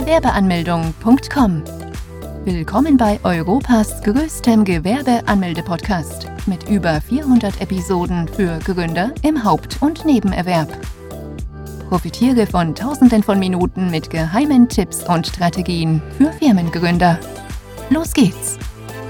Gewerbeanmeldung.com. Willkommen bei Europas größtem Gewerbeanmelde-Podcast mit über 400 Episoden für Gründer im Haupt- und Nebenerwerb. Profitiere von Tausenden von Minuten mit geheimen Tipps und Strategien für Firmengründer. Los geht's!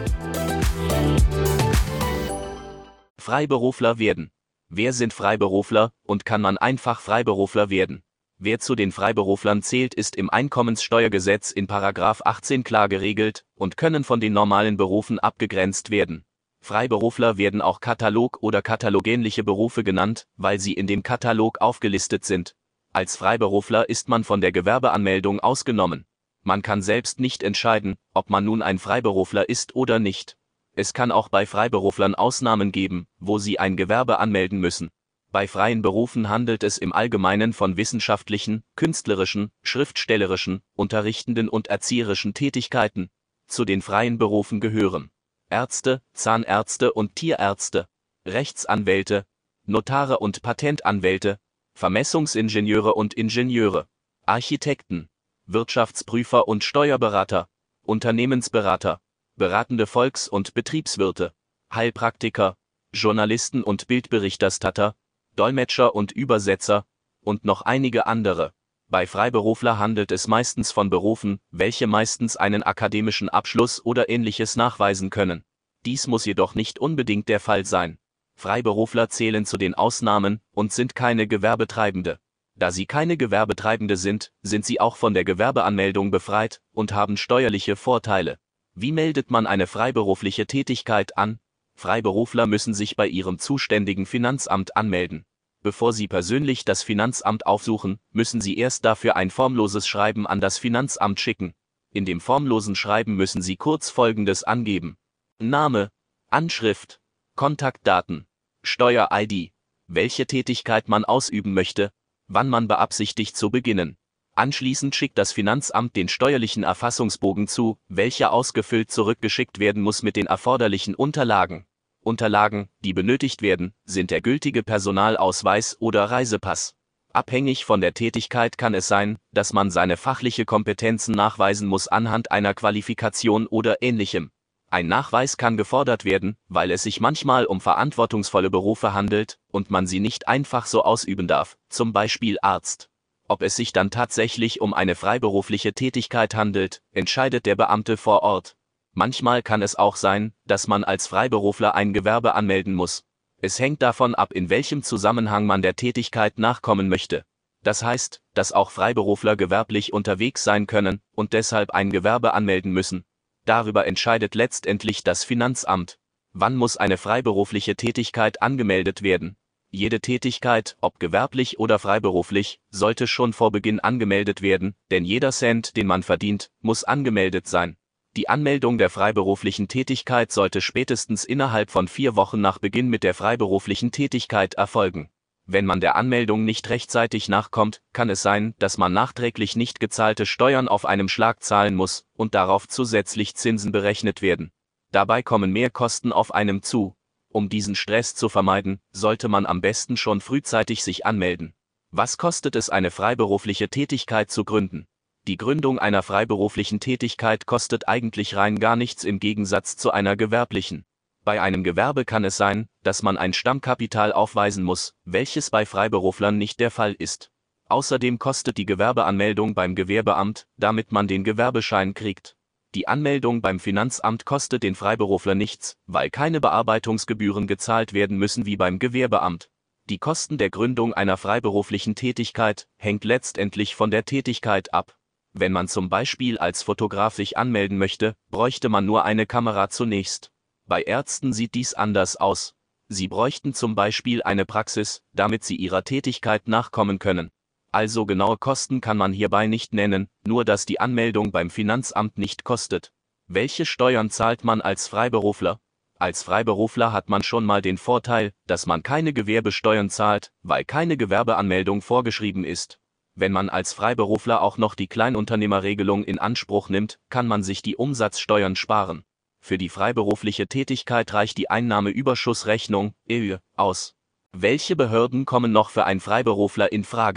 Freiberufler werden. Wer sind Freiberufler und kann man einfach Freiberufler werden? Wer zu den Freiberuflern zählt, ist im Einkommenssteuergesetz in § 18 klar geregelt und können von den normalen Berufen abgegrenzt werden. Freiberufler werden auch Katalog- oder katalogähnliche Berufe genannt, weil sie in dem Katalog aufgelistet sind. Als Freiberufler ist man von der Gewerbeanmeldung ausgenommen. Man kann selbst nicht entscheiden, ob man nun ein Freiberufler ist oder nicht. Es kann auch bei Freiberuflern Ausnahmen geben, wo sie ein Gewerbe anmelden müssen. Bei freien Berufen handelt es im Allgemeinen von wissenschaftlichen, künstlerischen, schriftstellerischen, unterrichtenden und erzieherischen Tätigkeiten. Zu den freien Berufen gehören Ärzte, Zahnärzte und Tierärzte, Rechtsanwälte, Notare und Patentanwälte, Vermessungsingenieure und Ingenieure, Architekten, Wirtschaftsprüfer und Steuerberater, Unternehmensberater, beratende Volks- und Betriebswirte, Heilpraktiker, Journalisten und Bildberichterstatter, Dolmetscher und Übersetzer und noch einige andere. Bei Freiberufler handelt es meistens von Berufen, welche meistens einen akademischen Abschluss oder Ähnliches nachweisen können. Dies muss jedoch nicht unbedingt der Fall sein. Freiberufler zählen zu den Ausnahmen und sind keine Gewerbetreibende. Da sie keine Gewerbetreibende sind, sind sie auch von der Gewerbeanmeldung befreit und haben steuerliche Vorteile. Wie meldet man eine freiberufliche Tätigkeit an? Freiberufler müssen sich bei ihrem zuständigen Finanzamt anmelden. Bevor sie persönlich das Finanzamt aufsuchen, müssen sie erst dafür ein formloses Schreiben an das Finanzamt schicken. In dem formlosen Schreiben müssen sie kurz Folgendes angeben: Name, Anschrift, Kontaktdaten, Steuer-ID, welche Tätigkeit man ausüben möchte, wann man beabsichtigt zu beginnen. Anschließend schickt das Finanzamt den steuerlichen Erfassungsbogen zu, welcher ausgefüllt zurückgeschickt werden muss mit den erforderlichen Unterlagen. Unterlagen, die benötigt werden, sind der gültige Personalausweis oder Reisepass. Abhängig von der Tätigkeit kann es sein, dass man seine fachliche Kompetenzen nachweisen muss anhand einer Qualifikation oder Ähnlichem. Ein Nachweis kann gefordert werden, weil es sich manchmal um verantwortungsvolle Berufe handelt und man sie nicht einfach so ausüben darf, zum Beispiel Arzt. Ob es sich dann tatsächlich um eine freiberufliche Tätigkeit handelt, entscheidet der Beamte vor Ort. Manchmal kann es auch sein, dass man als Freiberufler ein Gewerbe anmelden muss. Es hängt davon ab, in welchem Zusammenhang man der Tätigkeit nachkommen möchte. Das heißt, dass auch Freiberufler gewerblich unterwegs sein können und deshalb ein Gewerbe anmelden müssen. Darüber entscheidet letztendlich das Finanzamt. Wann muss eine freiberufliche Tätigkeit angemeldet werden? Jede Tätigkeit, ob gewerblich oder freiberuflich, sollte schon vor Beginn angemeldet werden, denn jeder Cent, den man verdient, muss angemeldet sein. Die Anmeldung der freiberuflichen Tätigkeit sollte spätestens innerhalb von 4 Wochen nach Beginn mit der freiberuflichen Tätigkeit erfolgen. Wenn man der Anmeldung nicht rechtzeitig nachkommt, kann es sein, dass man nachträglich nicht gezahlte Steuern auf einem Schlag zahlen muss und darauf zusätzlich Zinsen berechnet werden. Dabei kommen Mehrkosten auf einem zu. Um diesen Stress zu vermeiden, sollte man am besten schon frühzeitig sich anmelden. Was kostet es, eine freiberufliche Tätigkeit zu gründen? Die Gründung einer freiberuflichen Tätigkeit kostet eigentlich rein gar nichts im Gegensatz zu einer gewerblichen. Bei einem Gewerbe kann es sein, dass man ein Stammkapital aufweisen muss, welches bei Freiberuflern nicht der Fall ist. Außerdem kostet die Gewerbeanmeldung beim Gewerbeamt, damit man den Gewerbeschein kriegt. Die Anmeldung beim Finanzamt kostet den Freiberufler nichts, weil keine Bearbeitungsgebühren gezahlt werden müssen wie beim Gewerbeamt. Die Kosten der Gründung einer freiberuflichen Tätigkeit hängt letztendlich von der Tätigkeit ab. Wenn man zum Beispiel als Fotograf sich anmelden möchte, bräuchte man nur eine Kamera zunächst. Bei Ärzten sieht dies anders aus. Sie bräuchten zum Beispiel eine Praxis, damit sie ihrer Tätigkeit nachkommen können. Also genaue Kosten kann man hierbei nicht nennen, nur dass die Anmeldung beim Finanzamt nicht kostet. Welche Steuern zahlt man als Freiberufler? Als Freiberufler hat man schon mal den Vorteil, dass man keine Gewerbesteuern zahlt, weil keine Gewerbeanmeldung vorgeschrieben ist. Wenn man als Freiberufler auch noch die Kleinunternehmerregelung in Anspruch nimmt, kann man sich die Umsatzsteuern sparen. Für die freiberufliche Tätigkeit reicht die Einnahmeüberschussrechnung (EÜ) aus. Welche Behörden kommen noch für einen Freiberufler in Frage?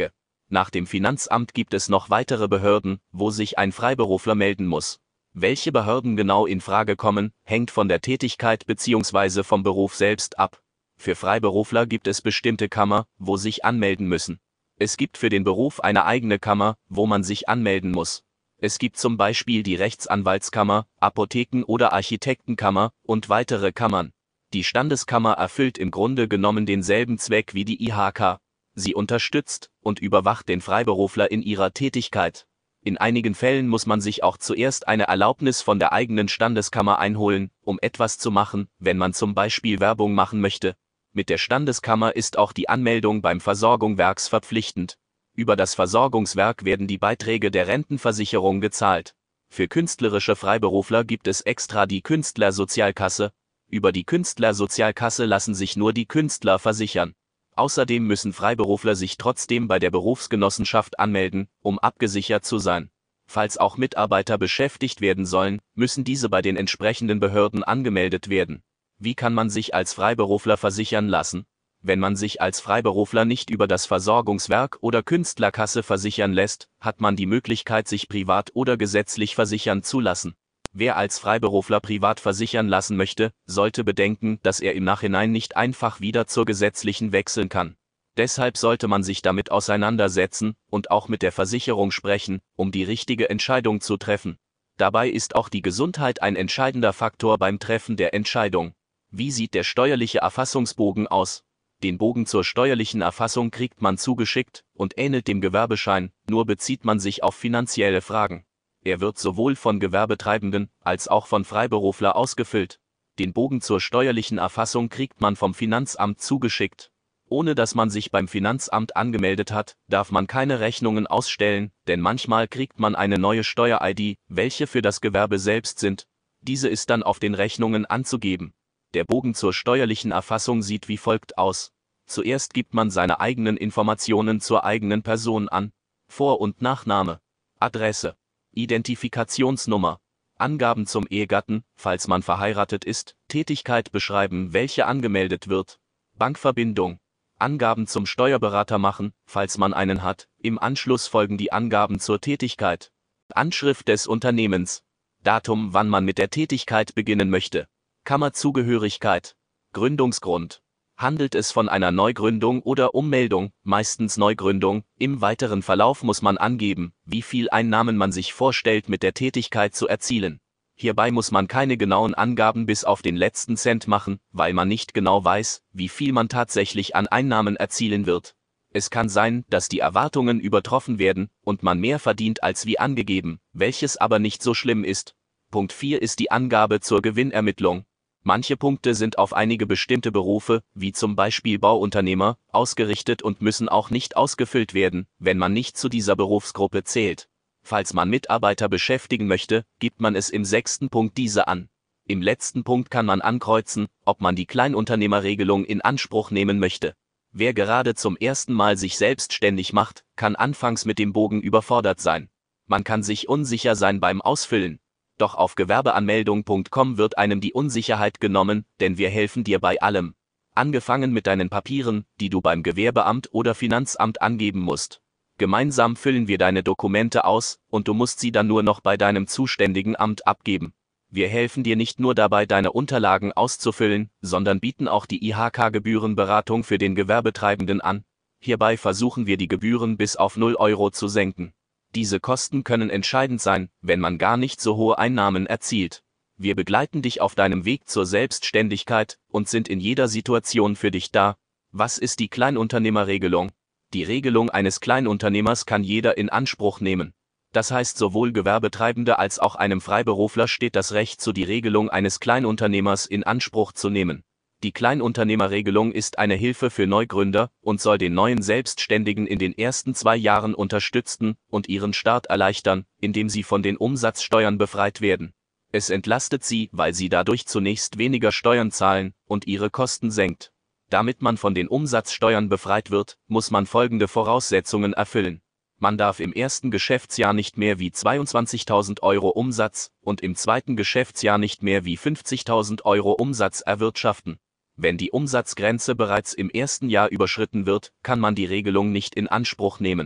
Nach dem Finanzamt gibt es noch weitere Behörden, wo sich ein Freiberufler melden muss. Welche Behörden genau in Frage kommen, hängt von der Tätigkeit bzw. vom Beruf selbst ab. Für Freiberufler gibt es bestimmte Kammer, wo sich anmelden müssen. Es gibt für den Beruf eine eigene Kammer, wo man sich anmelden muss. Es gibt zum Beispiel die Rechtsanwaltskammer, Apotheken- oder Architektenkammer und weitere Kammern. Die Standeskammer erfüllt im Grunde genommen denselben Zweck wie die IHK. Sie unterstützt und überwacht den Freiberufler in ihrer Tätigkeit. In einigen Fällen muss man sich auch zuerst eine Erlaubnis von der eigenen Standeskammer einholen, um etwas zu machen, wenn man zum Beispiel Werbung machen möchte. Mit der Standeskammer ist auch die Anmeldung beim Versorgungswerk verpflichtend. Über das Versorgungswerk werden die Beiträge der Rentenversicherung gezahlt. Für künstlerische Freiberufler gibt es extra die Künstlersozialkasse. Über die Künstlersozialkasse lassen sich nur die Künstler versichern. Außerdem müssen Freiberufler sich trotzdem bei der Berufsgenossenschaft anmelden, um abgesichert zu sein. Falls auch Mitarbeiter beschäftigt werden sollen, müssen diese bei den entsprechenden Behörden angemeldet werden. Wie kann man sich als Freiberufler versichern lassen? Wenn man sich als Freiberufler nicht über das Versorgungswerk oder Künstlerkasse versichern lässt, hat man die Möglichkeit, sich privat oder gesetzlich versichern zu lassen. Wer als Freiberufler privat versichern lassen möchte, sollte bedenken, dass er im Nachhinein nicht einfach wieder zur gesetzlichen wechseln kann. Deshalb sollte man sich damit auseinandersetzen und auch mit der Versicherung sprechen, um die richtige Entscheidung zu treffen. Dabei ist auch die Gesundheit ein entscheidender Faktor beim Treffen der Entscheidung. Wie sieht der steuerliche Erfassungsbogen aus? Den Bogen zur steuerlichen Erfassung kriegt man zugeschickt und ähnelt dem Gewerbeschein, nur bezieht man sich auf finanzielle Fragen. Er wird sowohl von Gewerbetreibenden als auch von Freiberufler ausgefüllt. Den Bogen zur steuerlichen Erfassung kriegt man vom Finanzamt zugeschickt. Ohne dass man sich beim Finanzamt angemeldet hat, darf man keine Rechnungen ausstellen, denn manchmal kriegt man eine neue Steuer-ID, welche für das Gewerbe selbst sind. Diese ist dann auf den Rechnungen anzugeben. Der Bogen zur steuerlichen Erfassung sieht wie folgt aus. Zuerst gibt man seine eigenen Informationen zur eigenen Person an. Vor- und Nachname, Adresse, Identifikationsnummer, Angaben zum Ehegatten, falls man verheiratet ist, Tätigkeit beschreiben, welche angemeldet wird, Bankverbindung, Angaben zum Steuerberater machen, falls man einen hat, im Anschluss folgen die Angaben zur Tätigkeit, Anschrift des Unternehmens, Datum, wann man mit der Tätigkeit beginnen möchte, Kammerzugehörigkeit, Gründungsgrund. Handelt es von einer Neugründung oder Ummeldung, meistens Neugründung, im weiteren Verlauf muss man angeben, wie viel Einnahmen man sich vorstellt mit der Tätigkeit zu erzielen. Hierbei muss man keine genauen Angaben bis auf den letzten Cent machen, weil man nicht genau weiß, wie viel man tatsächlich an Einnahmen erzielen wird. Es kann sein, dass die Erwartungen übertroffen werden und man mehr verdient als wie angegeben, welches aber nicht so schlimm ist. Punkt 4 ist die Angabe zur Gewinnermittlung. Manche Punkte sind auf einige bestimmte Berufe, wie zum Beispiel Bauunternehmer, ausgerichtet und müssen auch nicht ausgefüllt werden, wenn man nicht zu dieser Berufsgruppe zählt. Falls man Mitarbeiter beschäftigen möchte, gibt man es im 6. Punkt diese an. Im letzten Punkt kann man ankreuzen, ob man die Kleinunternehmerregelung in Anspruch nehmen möchte. Wer gerade zum ersten Mal sich selbstständig macht, kann anfangs mit dem Bogen überfordert sein. Man kann sich unsicher sein beim Ausfüllen. Doch auf gewerbeanmeldung.com wird einem die Unsicherheit genommen, denn wir helfen dir bei allem. Angefangen mit deinen Papieren, die du beim Gewerbeamt oder Finanzamt angeben musst. Gemeinsam füllen wir deine Dokumente aus und du musst sie dann nur noch bei deinem zuständigen Amt abgeben. Wir helfen dir nicht nur dabei, deine Unterlagen auszufüllen, sondern bieten auch die IHK-Gebührenberatung für den Gewerbetreibenden an. Hierbei versuchen wir die Gebühren bis auf 0 Euro zu senken. Diese Kosten können entscheidend sein, wenn man gar nicht so hohe Einnahmen erzielt. Wir begleiten dich auf deinem Weg zur Selbstständigkeit und sind in jeder Situation für dich da. Was ist die Kleinunternehmerregelung? Die Regelung eines Kleinunternehmers kann jeder in Anspruch nehmen. Das heißt, sowohl Gewerbetreibende als auch einem Freiberufler steht das Recht zu, die Regelung eines Kleinunternehmers in Anspruch zu nehmen. Die Kleinunternehmerregelung ist eine Hilfe für Neugründer und soll den neuen Selbstständigen in den ersten 2 Jahren unterstützen und ihren Start erleichtern, indem sie von den Umsatzsteuern befreit werden. Es entlastet sie, weil sie dadurch zunächst weniger Steuern zahlen und ihre Kosten senkt. Damit man von den Umsatzsteuern befreit wird, muss man folgende Voraussetzungen erfüllen. Man darf im ersten Geschäftsjahr nicht mehr wie 22.000 Euro Umsatz und im zweiten Geschäftsjahr nicht mehr wie 50.000 Euro Umsatz erwirtschaften. Wenn die Umsatzgrenze bereits im ersten Jahr überschritten wird, kann man die Regelung nicht in Anspruch nehmen.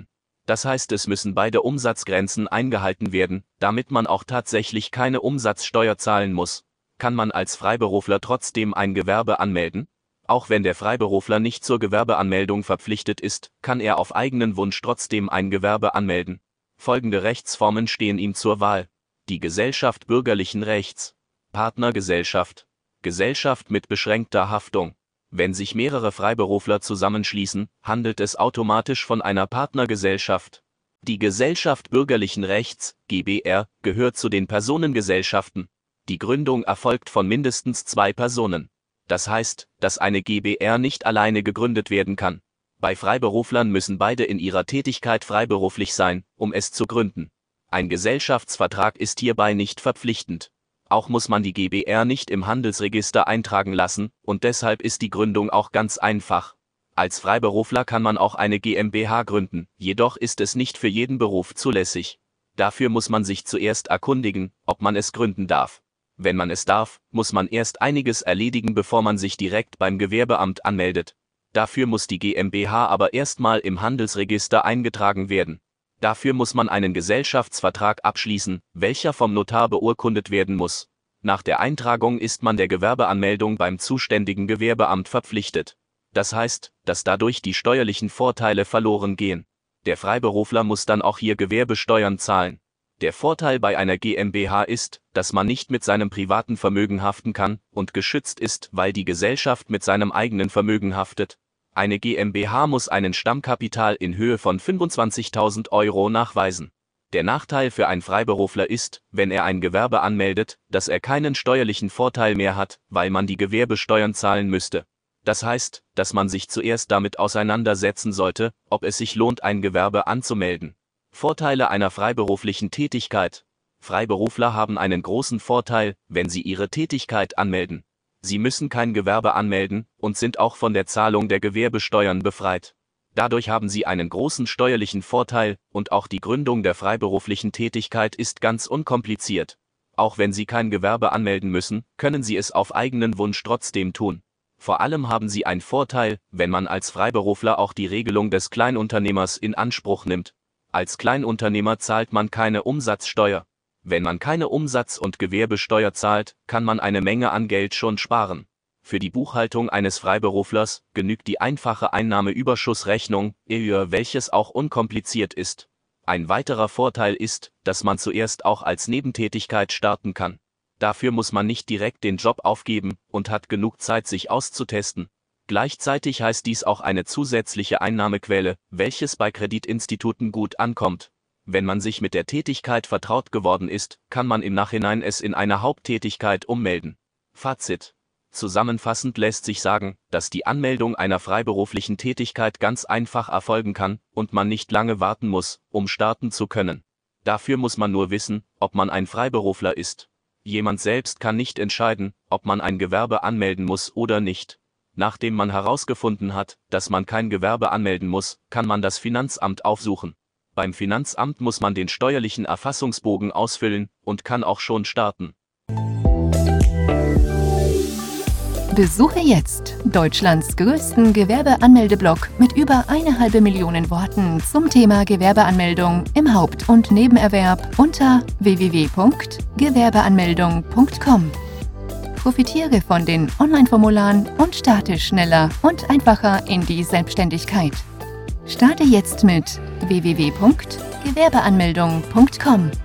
Das heißt, es müssen beide Umsatzgrenzen eingehalten werden, damit man auch tatsächlich keine Umsatzsteuer zahlen muss. Kann man als Freiberufler trotzdem ein Gewerbe anmelden? Auch wenn der Freiberufler nicht zur Gewerbeanmeldung verpflichtet ist, kann er auf eigenen Wunsch trotzdem ein Gewerbe anmelden. Folgende Rechtsformen stehen ihm zur Wahl: die Gesellschaft bürgerlichen Rechts, Partnergesellschaft, Gesellschaft mit beschränkter Haftung. Wenn sich mehrere Freiberufler zusammenschließen, handelt es automatisch von einer Partnergesellschaft. Die Gesellschaft bürgerlichen Rechts, GbR, gehört zu den Personengesellschaften. Die Gründung erfolgt von mindestens 2 Personen. Das heißt, dass eine GbR nicht alleine gegründet werden kann. Bei Freiberuflern müssen beide in ihrer Tätigkeit freiberuflich sein, um es zu gründen. Ein Gesellschaftsvertrag ist hierbei nicht verpflichtend. Auch muss man die GbR nicht im Handelsregister eintragen lassen, und deshalb ist die Gründung auch ganz einfach. Als Freiberufler kann man auch eine GmbH gründen, jedoch ist es nicht für jeden Beruf zulässig. Dafür muss man sich zuerst erkundigen, ob man es gründen darf. Wenn man es darf, muss man erst einiges erledigen, bevor man sich direkt beim Gewerbeamt anmeldet. Dafür muss die GmbH aber erstmal im Handelsregister eingetragen werden. Dafür muss man einen Gesellschaftsvertrag abschließen, welcher vom Notar beurkundet werden muss. Nach der Eintragung ist man der Gewerbeanmeldung beim zuständigen Gewerbeamt verpflichtet. Das heißt, dass dadurch die steuerlichen Vorteile verloren gehen. Der Freiberufler muss dann auch hier Gewerbesteuern zahlen. Der Vorteil bei einer GmbH ist, dass man nicht mit seinem privaten Vermögen haften kann und geschützt ist, weil die Gesellschaft mit seinem eigenen Vermögen haftet. Eine GmbH muss einen Stammkapital in Höhe von 25.000 € nachweisen. Der Nachteil für einen Freiberufler ist, wenn er ein Gewerbe anmeldet, dass er keinen steuerlichen Vorteil mehr hat, weil man die Gewerbesteuern zahlen müsste. Das heißt, dass man sich zuerst damit auseinandersetzen sollte, ob es sich lohnt, ein Gewerbe anzumelden. Vorteile einer freiberuflichen Tätigkeit. Freiberufler haben einen großen Vorteil, wenn sie ihre Tätigkeit anmelden. Sie müssen kein Gewerbe anmelden und sind auch von der Zahlung der Gewerbesteuern befreit. Dadurch haben sie einen großen steuerlichen Vorteil und auch die Gründung der freiberuflichen Tätigkeit ist ganz unkompliziert. Auch wenn Sie kein Gewerbe anmelden müssen, können Sie es auf eigenen Wunsch trotzdem tun. Vor allem haben Sie einen Vorteil, wenn man als Freiberufler auch die Regelung des Kleinunternehmers in Anspruch nimmt. Als Kleinunternehmer zahlt man keine Umsatzsteuer. Wenn man keine Umsatz- und Gewerbesteuer zahlt, kann man eine Menge an Geld schon sparen. Für die Buchhaltung eines Freiberuflers genügt die einfache Einnahmeüberschussrechnung, welches auch unkompliziert ist. Ein weiterer Vorteil ist, dass man zuerst auch als Nebentätigkeit starten kann. Dafür muss man nicht direkt den Job aufgeben und hat genug Zeit, sich auszutesten. Gleichzeitig heißt dies auch eine zusätzliche Einnahmequelle, welches bei Kreditinstituten gut ankommt. Wenn man sich mit der Tätigkeit vertraut geworden ist, kann man im Nachhinein es in eine Haupttätigkeit ummelden. Fazit: Zusammenfassend lässt sich sagen, dass die Anmeldung einer freiberuflichen Tätigkeit ganz einfach erfolgen kann und man nicht lange warten muss, um starten zu können. Dafür muss man nur wissen, ob man ein Freiberufler ist. Jemand selbst kann nicht entscheiden, ob man ein Gewerbe anmelden muss oder nicht. Nachdem man herausgefunden hat, dass man kein Gewerbe anmelden muss, kann man das Finanzamt aufsuchen. Beim Finanzamt muss man den steuerlichen Erfassungsbogen ausfüllen und kann auch schon starten. Besuche jetzt Deutschlands größten Gewerbeanmeldeblog mit über 1,5 Millionen Worten zum Thema Gewerbeanmeldung im Haupt- und Nebenerwerb unter www.gewerbeanmeldung.com. Profitiere von den Online-Formularen und starte schneller und einfacher in die Selbstständigkeit. Starte jetzt mit www.gewerbeanmeldung.com.